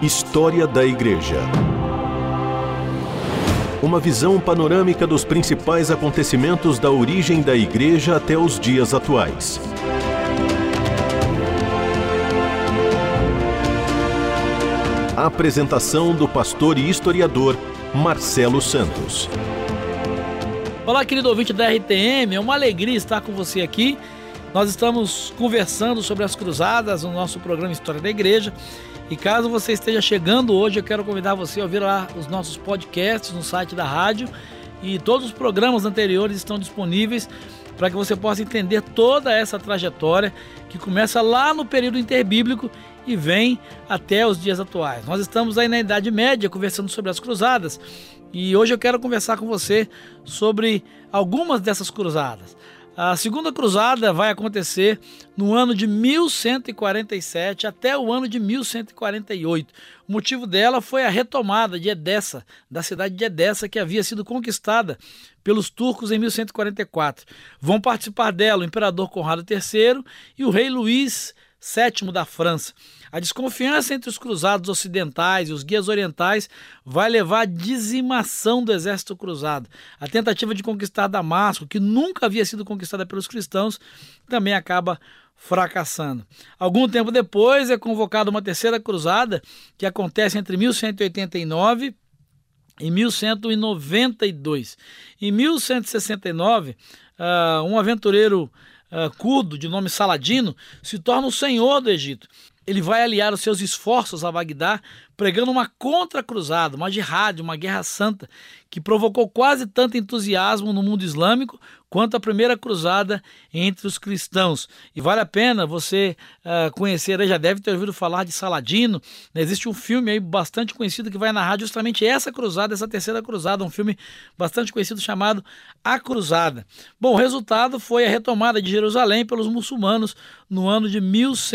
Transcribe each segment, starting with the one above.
História da Igreja. Uma visão panorâmica dos principais acontecimentos da origem da Igreja até os dias atuais. A apresentação do pastor e historiador Marcelo Santos. Olá, querido ouvinte da RTM, é uma alegria estar com você aqui. Nós estamos conversando sobre as cruzadas no nosso programa História da Igreja. E caso você esteja chegando hoje, eu quero convidar você a ouvir lá os nossos podcasts no site da rádio. E todos os programas anteriores estão disponíveis para que você possa entender toda essa trajetória que começa lá no período interbíblico e vem até os dias atuais. Nós estamos aí na Idade Média conversando sobre as cruzadas e hoje eu quero conversar com você sobre algumas dessas cruzadas. A segunda cruzada vai acontecer no ano de 1147 até o ano de 1148. O motivo dela foi a retomada de Edessa, da cidade de Edessa, que havia sido conquistada pelos turcos em 1144. Vão participar dela o imperador Conrado III e o rei Luís VII da França. A desconfiança entre os cruzados ocidentais e os guias orientais vai levar à dizimação do exército cruzado. A tentativa de conquistar Damasco, que nunca havia sido conquistada pelos cristãos, também acaba fracassando. Algum tempo depois é convocada uma terceira cruzada, que acontece entre 1189 e 1192. Em 1169, um aventureiro curdo de nome Saladino se torna o senhor do Egito. Ele vai aliar os seus esforços a Bagdá, pregando uma contra-cruzada, uma jihad, uma guerra santa, que provocou quase tanto entusiasmo no mundo islâmico quanto a primeira cruzada entre os cristãos. E vale a pena você conhecer, já deve ter ouvido falar de Saladino. Existe um filme aí bastante conhecido que vai narrar justamente essa cruzada, essa terceira cruzada, um filme bastante conhecido chamado A Cruzada. Bom, o resultado foi a retomada de Jerusalém pelos muçulmanos no ano de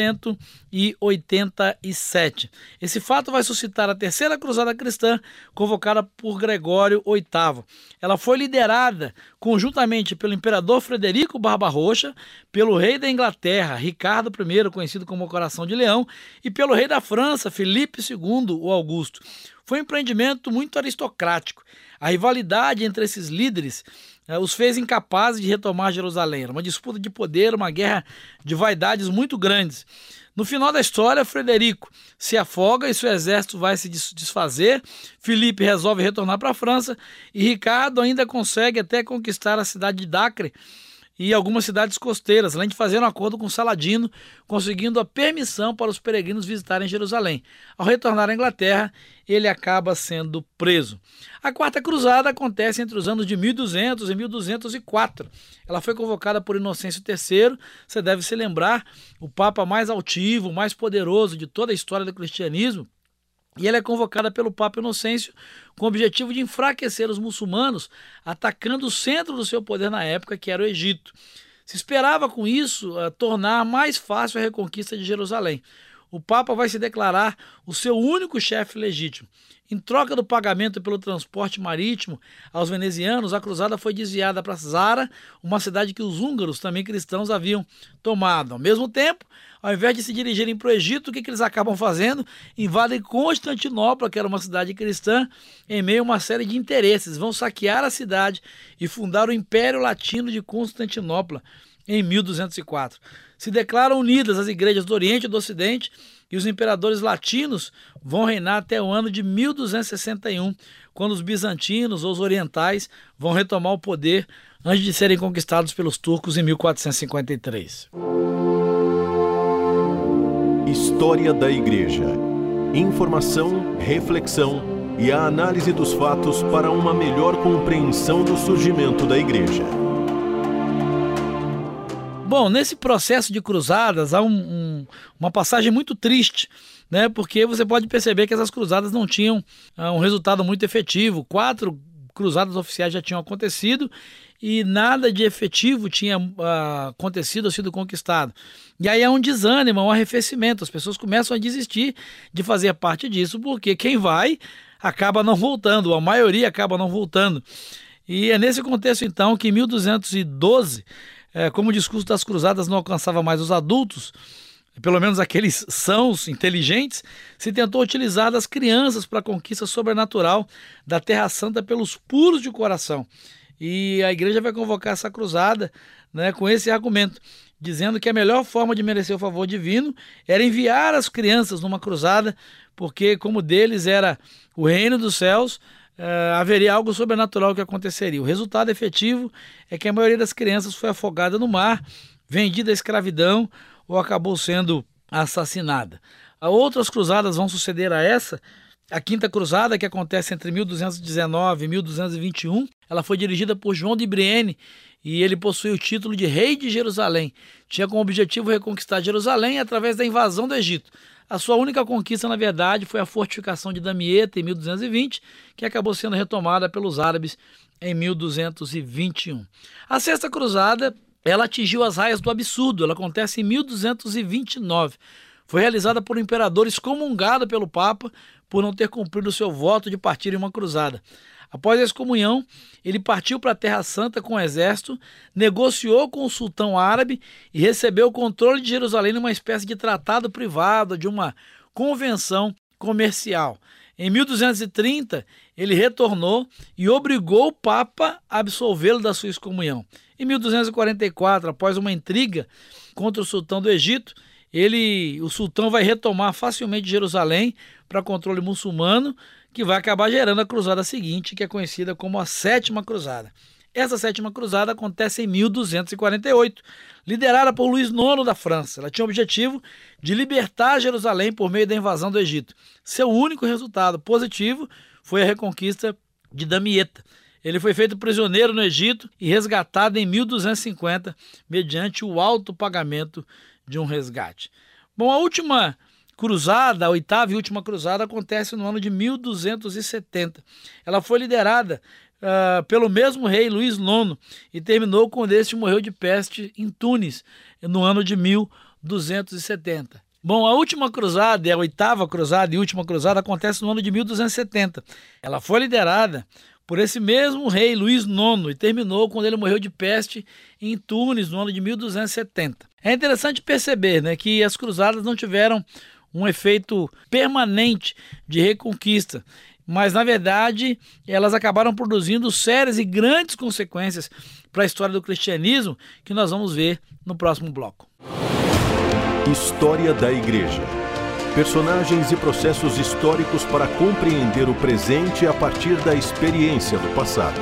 1187. Esse fato vai suscitar a terceira cruzada cristã, convocada por Gregório VIII. Ela foi liderada conjuntamente pelo imperador Frederico Barbarroxa, pelo rei da Inglaterra, Ricardo I, conhecido como o Coração de Leão, e pelo rei da França, Filipe II, o Augusto. Foi um empreendimento muito aristocrático. A rivalidade entre esses líderes os fez incapazes de retomar Jerusalém. Era uma disputa de poder, uma guerra de vaidades muito grandes. No final da história, Frederico se afoga e seu exército vai se desfazer. Filipe resolve retornar para a França e Ricardo ainda consegue até conquistar a cidade de Dacre e algumas cidades costeiras, além de fazer um acordo com Saladino, conseguindo a permissão para os peregrinos visitarem Jerusalém. Ao retornar à Inglaterra, ele acaba sendo preso. A Quarta Cruzada acontece entre os anos de 1200 e 1204. Ela foi convocada por Inocêncio III, você deve se lembrar, o papa mais altivo, mais poderoso de toda a história do cristianismo. E ela é convocada pelo Papa Inocêncio com o objetivo de enfraquecer os muçulmanos, atacando o centro do seu poder na época, que era o Egito. Se esperava com isso tornar mais fácil a reconquista de Jerusalém. O Papa vai se declarar o seu único chefe legítimo. Em troca do pagamento pelo transporte marítimo aos venezianos, a cruzada foi desviada para Zara, uma cidade que os húngaros, também cristãos, haviam tomado. Ao mesmo tempo, ao invés de se dirigirem para o Egito, o que eles acabam fazendo? Invadem Constantinopla, que era uma cidade cristã, em meio a uma série de interesses. Vão saquear a cidade e fundar o Império Latino de Constantinopla em 1204. Se declaram unidas as igrejas do Oriente e do Ocidente e os imperadores latinos vão reinar até o ano de 1261, quando os bizantinos ou os orientais vão retomar o poder antes de serem conquistados pelos turcos em 1453. História da Igreja. Informação, reflexão e a análise dos fatos para uma melhor compreensão do surgimento da Igreja. Bom, nesse processo de cruzadas há uma passagem muito triste, né? Porque você pode perceber que essas cruzadas não tinham um resultado muito efetivo. 4 cruzadas oficiais já tinham acontecido e nada de efetivo tinha acontecido ou sido conquistado. E aí é um desânimo, um arrefecimento. As pessoas começam a desistir de fazer parte disso, porque quem vai acaba não voltando, a maioria acaba não voltando. E é nesse contexto, então, que em 1212, como o discurso das cruzadas não alcançava mais os adultos, pelo menos aqueles sãos, inteligentes, se tentou utilizar das crianças para a conquista sobrenatural da Terra Santa pelos puros de coração. E a igreja vai convocar essa cruzada, né, com esse argumento, dizendo que a melhor forma de merecer o favor divino era enviar as crianças numa cruzada, porque como deles era o reino dos céus, haveria algo sobrenatural que aconteceria. O resultado efetivo é que a maioria das crianças foi afogada no mar, vendida à escravidão ou acabou sendo assassinada. Outras cruzadas vão suceder a essa. A Quinta Cruzada, que acontece entre 1219 e 1221, ela foi dirigida por João de Brienne e ele possui o título de Rei de Jerusalém. Tinha como objetivo reconquistar Jerusalém através da invasão do Egito. A sua única conquista, na verdade, foi a fortificação de Damieta em 1220, que acabou sendo retomada pelos árabes em 1221. A Sexta Cruzada, ela atingiu as raias do absurdo. Ela acontece em 1229. Foi realizada por um imperador excomungado pelo Papa por não ter cumprido o seu voto de partir em uma cruzada. Após a excomunhão, ele partiu para a Terra Santa com o exército, negociou com o sultão árabe e recebeu o controle de Jerusalém numa espécie de tratado privado, de uma convenção comercial. Em 1230, ele retornou e obrigou o Papa a absolvê-lo da sua excomunhão. Em 1244, após uma intriga contra o sultão do Egito, o sultão vai retomar facilmente Jerusalém para controle muçulmano, que vai acabar gerando a cruzada seguinte, que é conhecida como a Sétima Cruzada. Essa Sétima Cruzada acontece em 1248, liderada por Luís IX da França. Ela tinha o objetivo de libertar Jerusalém por meio da invasão do Egito. Seu único resultado positivo foi a reconquista de Damieta. Ele foi feito prisioneiro no Egito e resgatado em 1250, mediante o alto pagamento de um resgate. Bom, a última cruzada, a oitava e última cruzada, acontece no ano de 1270. Ela foi liderada pelo mesmo rei Luís IX e terminou quando este morreu de peste em Tunis, no ano de 1270. Bom, a última cruzada, a oitava cruzada e última cruzada, acontece no ano de 1270. Ela foi liderada por esse mesmo rei Luís IX e terminou quando ele morreu de peste em Tunis, no ano de 1270. É interessante perceber, né, que as cruzadas não tiveram um efeito permanente de reconquista, mas na verdade elas acabaram produzindo sérias e grandes consequências para a história do cristianismo, que nós vamos ver no próximo bloco. História da Igreja. Personagens e processos históricos para compreender o presente a partir da experiência do passado.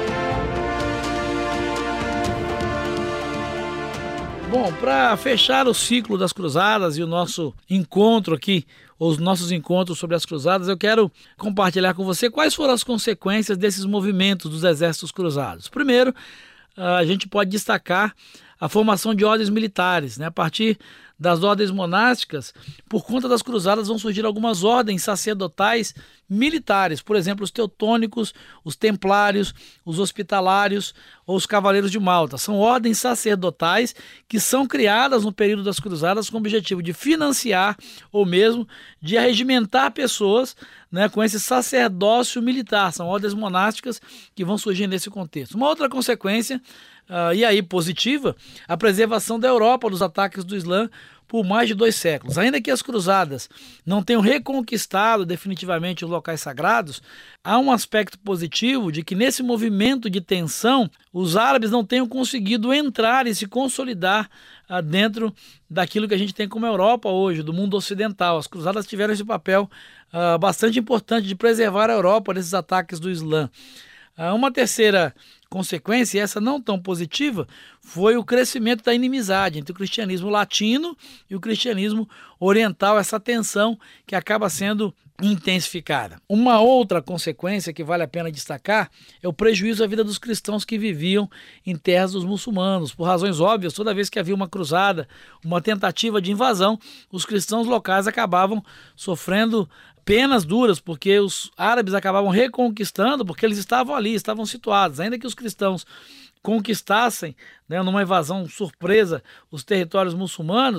Bom, para fechar o ciclo das cruzadas e o nosso encontro aqui, os nossos encontros sobre as cruzadas, eu quero compartilhar com você quais foram as consequências desses movimentos dos exércitos cruzados. Primeiro, a gente pode destacar a formação de ordens militares, né? A partir das ordens monásticas, por conta das cruzadas vão surgir algumas ordens sacerdotais militares, por exemplo, os teutônicos, os templários, os hospitalários ou os cavaleiros de Malta. São ordens sacerdotais que são criadas no período das cruzadas com o objetivo de financiar ou mesmo de arregimentar pessoas, né, com esse sacerdócio militar. São ordens monásticas que vão surgir nesse contexto. Uma outra consequência, e aí positiva, a preservação da Europa dos ataques do Islã por mais de 2 séculos. Ainda que as cruzadas não tenham reconquistado definitivamente os locais sagrados, há um aspecto positivo de que nesse movimento de tensão, os árabes não tenham conseguido entrar e se consolidar dentro daquilo que a gente tem como Europa hoje, do mundo ocidental. As cruzadas tiveram esse papel bastante importante de preservar a Europa desses ataques do Islã. Uma terceira consequência, e essa não tão positiva, foi o crescimento da inimizade entre o cristianismo latino e o cristianismo oriental, essa tensão que acaba sendo intensificada. Uma outra consequência que vale a pena destacar é o prejuízo à vida dos cristãos que viviam em terras dos muçulmanos. Por razões óbvias, toda vez que havia uma cruzada, uma tentativa de invasão, os cristãos locais acabavam sofrendo penas duras, porque os árabes acabavam reconquistando, porque eles estavam ali, estavam situados. Ainda que os cristãos conquistassem, né, numa invasão surpresa, os territórios muçulmanos,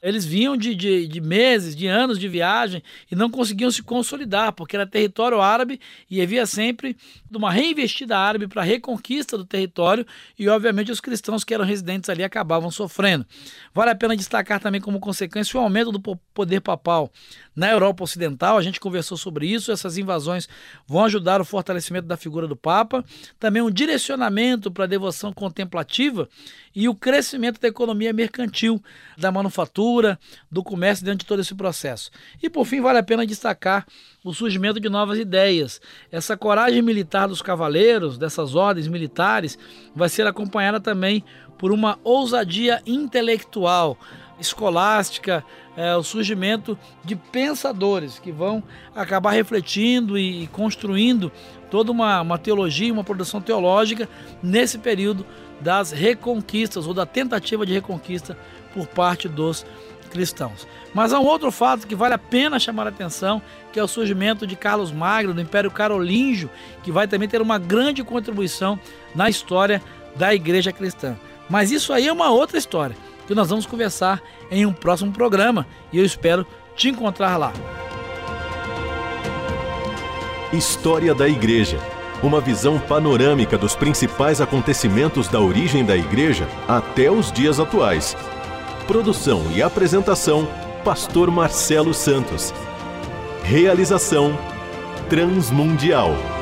Eles vinham de meses, de anos de viagem e não conseguiam se consolidar, porque era território árabe e havia sempre uma reinvestida árabe para a reconquista do território e, obviamente, os cristãos que eram residentes ali acabavam sofrendo. Vale a pena destacar também como consequência o aumento do poder papal na Europa Ocidental. A gente conversou sobre isso, essas invasões vão ajudar o fortalecimento da figura do Papa, também um direcionamento para a devoção contemplativa e o crescimento da economia mercantil, da manufatura, do comércio dentro de todo esse processo. E por fim, vale a pena destacar o surgimento de novas ideias. Essa coragem militar dos cavaleiros, dessas ordens militares, vai ser acompanhada também por uma ousadia intelectual, escolástica, o surgimento de pensadores que vão acabar refletindo e construindo toda uma teologia, uma produção teológica nesse período das reconquistas ou da tentativa de reconquista por parte dos cristãos. Mas há um outro fato que vale a pena chamar a atenção, que é o surgimento de Carlos Magno, do Império Carolíngio, que vai também ter uma grande contribuição na história da Igreja Cristã. Mas isso aí é uma outra história, que nós vamos conversar em um próximo programa e eu espero te encontrar lá. História da Igreja. Uma visão panorâmica dos principais acontecimentos da origem da Igreja até os dias atuais. Produção e apresentação, Pastor Marcelo Santos. Realização, Transmundial.